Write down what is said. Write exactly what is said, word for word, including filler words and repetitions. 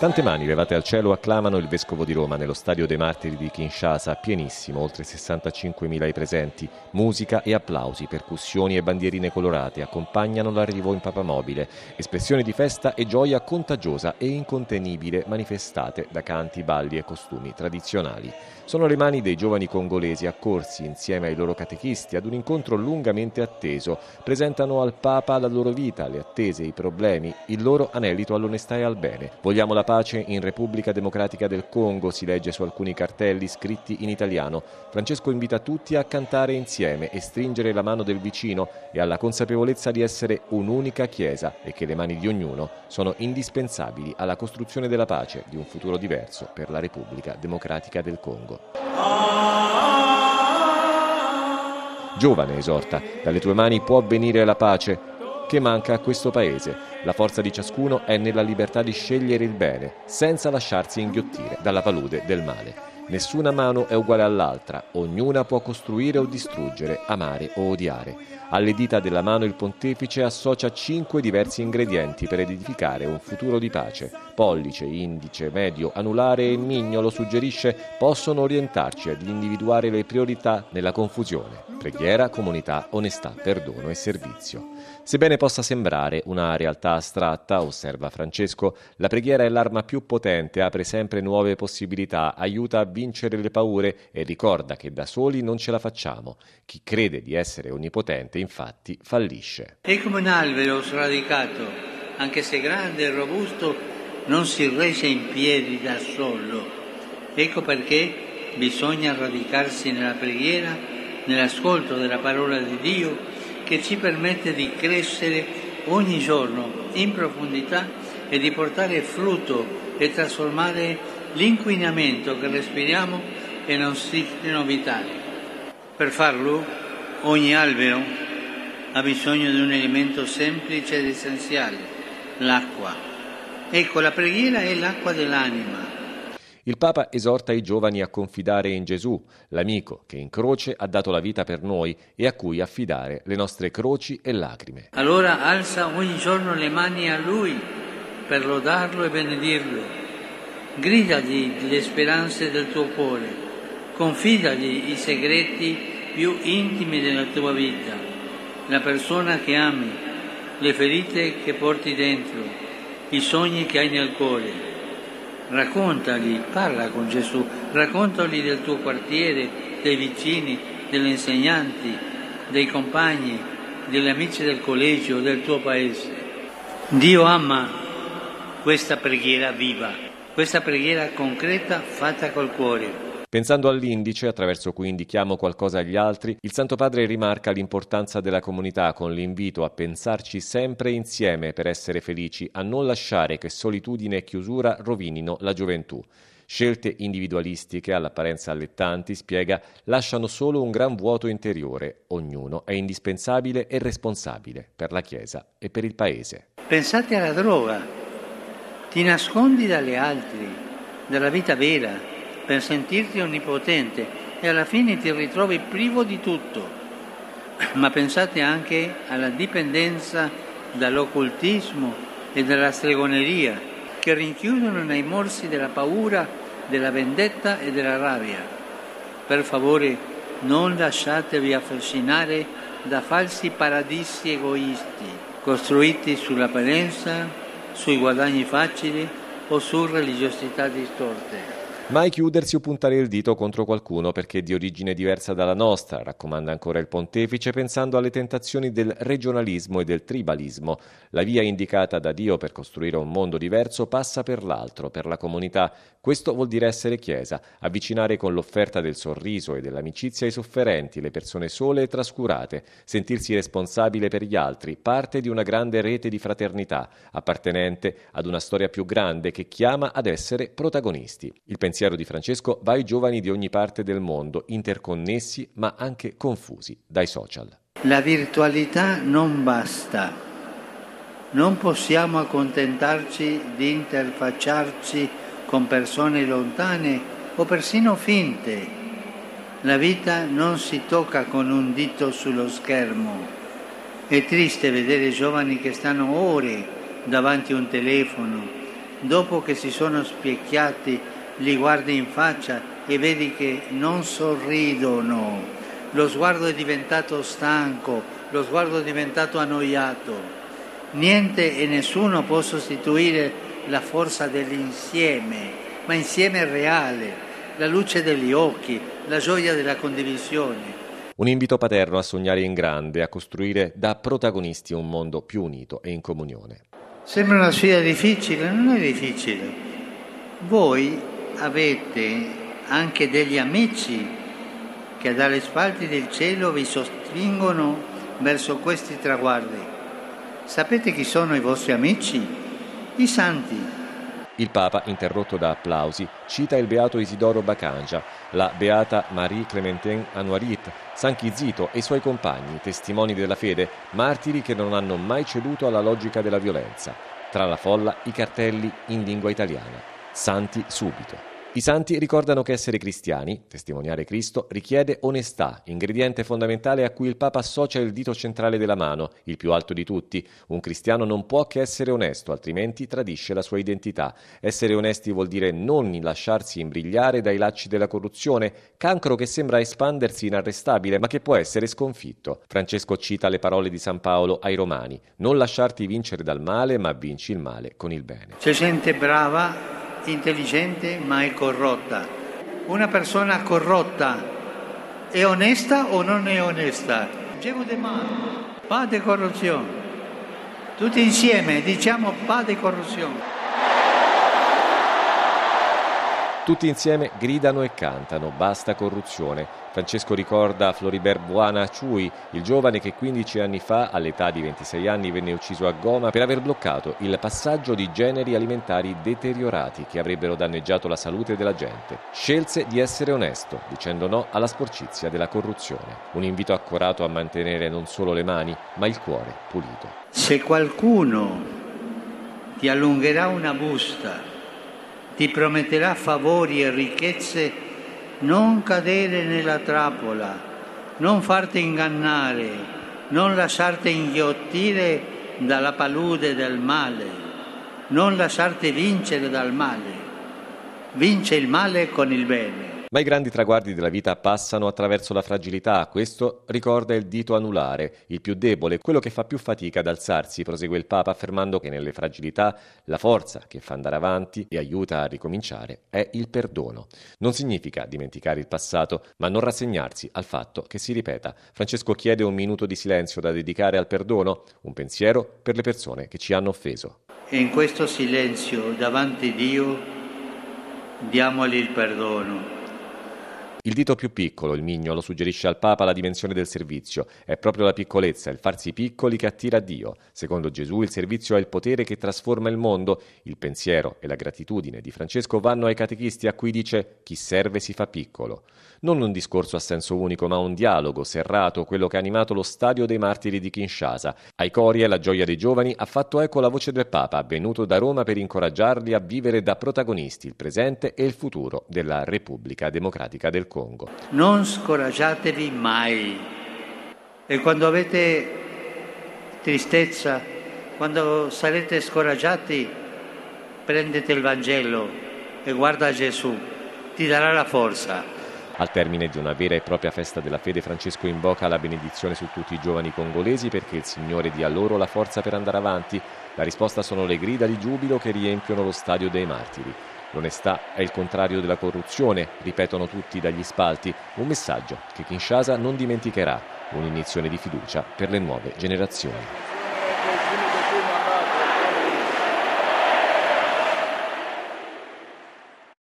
Tante mani levate al cielo acclamano il Vescovo di Roma nello Stadio dei Martiri di Kinshasa, pienissimo, oltre sessantacinquemila i presenti. Musica e applausi, percussioni e bandierine colorate accompagnano l'arrivo in papamobile. Espressioni di festa e gioia contagiosa e incontenibile manifestate da canti, balli e costumi tradizionali. Sono le mani dei giovani congolesi accorsi insieme ai loro catechisti ad un incontro lungamente atteso. Presentano al Papa la loro vita, le attese, i problemi, il loro anelito all'onestà e al bene. Vogliamo la pace in Repubblica Democratica del Congo, si legge su alcuni cartelli scritti in italiano. Francesco invita tutti a cantare insieme e stringere la mano del vicino e alla consapevolezza di essere un'unica Chiesa e che le mani di ognuno sono indispensabili alla costruzione della pace di un futuro diverso per la Repubblica Democratica del Congo. Giovane, esorta, dalle tue mani può venire la pace che manca a questo paese. La forza di ciascuno è nella libertà di scegliere il bene, senza lasciarsi inghiottire dalla palude del male. Nessuna mano è uguale all'altra, ognuna può costruire o distruggere, amare o odiare. Alle dita della mano il pontefice associa cinque diversi ingredienti per edificare un futuro di pace. Pollice, indice, medio, anulare e mignolo, suggerisce, possono orientarci ad individuare le priorità nella confusione. Preghiera, comunità, onestà, perdono e servizio. Sebbene possa sembrare una realtà astratta, osserva Francesco, la preghiera è l'arma più potente, apre sempre nuove possibilità, aiuta a vincere le paure e ricorda che da soli non ce la facciamo. Chi crede di essere onnipotente, infatti, fallisce. È come un albero sradicato, anche se grande e robusto, non si regge in piedi da solo. Ecco perché bisogna radicarsi nella preghiera, nell'ascolto della parola di Dio, che ci permette di crescere ogni giorno in profondità e di portare frutto e trasformare l'inquinamento che respiriamo in ossigeno vitale. Per farlo, ogni albero ha bisogno di un elemento semplice ed essenziale, l'acqua. Ecco, la preghiera è l'acqua dell'anima. Il Papa esorta i giovani a confidare in Gesù, l'amico che in croce ha dato la vita per noi e a cui affidare le nostre croci e lacrime. Allora alza ogni giorno le mani a Lui per lodarlo e benedirlo. Gridagli le speranze del tuo cuore, confidagli i segreti più intimi della tua vita, la persona che ami, le ferite che porti dentro, i sogni che hai nel cuore. Raccontagli, parla con Gesù, raccontagli del tuo quartiere, dei vicini, degli insegnanti, dei compagni, degli amici del collegio, del tuo paese. Dio ama questa preghiera viva, questa preghiera concreta fatta col cuore. Pensando all'indice attraverso cui indichiamo qualcosa agli altri, il Santo Padre rimarca l'importanza della comunità con l'invito a pensarci sempre insieme per essere felici, a non lasciare che solitudine e chiusura rovinino la gioventù. Scelte individualistiche, all'apparenza allettanti, spiega, lasciano solo un gran vuoto interiore. Ognuno è indispensabile e responsabile per la Chiesa e per il Paese. Pensate alla droga. Ti nascondi dalle altri, dalla vita vera, per sentirti onnipotente e alla fine ti ritrovi privo di tutto. Ma pensate anche alla dipendenza dall'occultismo e dalla stregoneria che rinchiudono nei morsi della paura, della vendetta e della rabbia. Per favore, non lasciatevi affascinare da falsi paradisi egoisti, costruiti sull'apparenza, sui guadagni facili o su religiosità distorte. Mai chiudersi o puntare il dito contro qualcuno perché è di origine diversa dalla nostra, raccomanda ancora il pontefice pensando alle tentazioni del regionalismo e del tribalismo. La via indicata da Dio per costruire un mondo diverso passa per l'altro, per la comunità. Questo vuol dire essere Chiesa, avvicinare con l'offerta del sorriso e dell'amicizia i sofferenti, le persone sole e trascurate, sentirsi responsabile per gli altri, parte di una grande rete di fraternità, appartenente ad una storia più grande che chiama ad essere protagonisti. Il pensiero di Francesco va ai giovani di ogni parte del mondo, interconnessi ma anche confusi dai social. La virtualità non basta. Non possiamo accontentarci di interfacciarci con persone lontane o persino finte. La vita non si tocca con un dito sullo schermo. È triste vedere giovani che stanno ore davanti a un telefono dopo che si sono specchiati, li guardi in faccia e vedi che non sorridono. Lo sguardo è diventato stanco, lo sguardo è diventato annoiato. Niente e nessuno può sostituire la forza dell'insieme, ma insieme reale, la luce degli occhi, la gioia della condivisione. Un invito paterno a sognare in grande, a costruire da protagonisti un mondo più unito e in comunione. Sembra una sfida difficile, non è difficile. Voi avete anche degli amici che dalle spalti del cielo vi sospingono verso questi traguardi. Sapete chi sono i vostri amici? I santi. Il Papa, interrotto da applausi, cita il beato Isidoro Bacanja, la beata Marie Clémentine Anouarit, San Chizito e i suoi compagni, testimoni della fede, martiri che non hanno mai ceduto alla logica della violenza. Tra la folla i cartelli in lingua italiana. Santi subito. I santi ricordano che essere cristiani, testimoniare Cristo, richiede onestà, ingrediente fondamentale a cui il Papa associa il dito centrale della mano, il più alto di tutti. Un cristiano non può che essere onesto, altrimenti tradisce la sua identità. Essere onesti vuol dire non lasciarsi imbrigliare dai lacci della corruzione, cancro che sembra espandersi inarrestabile, ma che può essere sconfitto. Francesco cita le parole di San Paolo ai Romani: non lasciarti vincere dal male, ma vinci il male con il bene. C'è gente brava, intelligente, ma è corrotta. Una persona corrotta è onesta o non è onesta? Dicevo de male, pas de corruzione. Tutti insieme diciamo pas de corruzione. Tutti insieme gridano e cantano, basta corruzione. Francesco ricorda Floribert Boana-Ciui, il giovane che quindici anni fa, all'età di ventisei anni, venne ucciso a Goma per aver bloccato il passaggio di generi alimentari deteriorati che avrebbero danneggiato la salute della gente. Scelse di essere onesto, dicendo no alla sporcizia della corruzione. Un invito accorato a mantenere non solo le mani, ma il cuore pulito. Se qualcuno ti allungherà una busta, ti prometterà favori e ricchezze, non cadere nella trappola, non farti ingannare, non lasciarti inghiottire dalla palude del male, non lasciarti vincere dal male. Vince il male con il bene. Ma i grandi traguardi della vita passano attraverso la fragilità. Questo ricorda il dito anulare, il più debole, quello che fa più fatica ad alzarsi, prosegue il Papa, affermando che nelle fragilità la forza che fa andare avanti e aiuta a ricominciare è il perdono. Non significa dimenticare il passato, ma non rassegnarsi al fatto che si ripeta. Francesco chiede un minuto di silenzio da dedicare al perdono, un pensiero per le persone che ci hanno offeso. E in questo silenzio davanti a Dio diamogli il perdono. Il dito più piccolo, il mignolo, suggerisce al Papa la dimensione del servizio. È proprio la piccolezza, il farsi piccoli che attira a Dio. Secondo Gesù il servizio è il potere che trasforma il mondo. Il pensiero e la gratitudine di Francesco vanno ai catechisti a cui dice: chi serve si fa piccolo. Non un discorso a senso unico, ma un dialogo serrato, quello che ha animato lo stadio dei martiri di Kinshasa. Ai cori e alla gioia dei giovani ha fatto eco la voce del Papa, venuto da Roma per incoraggiarli a vivere da protagonisti il presente e il futuro della Repubblica Democratica del Congo. Non scoraggiatevi mai. E quando avete tristezza, quando sarete scoraggiati, prendete il Vangelo e guarda a Gesù, ti darà la forza. Al termine di una vera e propria festa della fede, Francesco invoca la benedizione su tutti i giovani congolesi perché il Signore dia loro la forza per andare avanti. La risposta sono le grida di giubilo che riempiono lo stadio dei martiri. L'onestà è il contrario della corruzione, ripetono tutti dagli spalti, un messaggio che Kinshasa non dimenticherà, un'iniezione di fiducia per le nuove generazioni.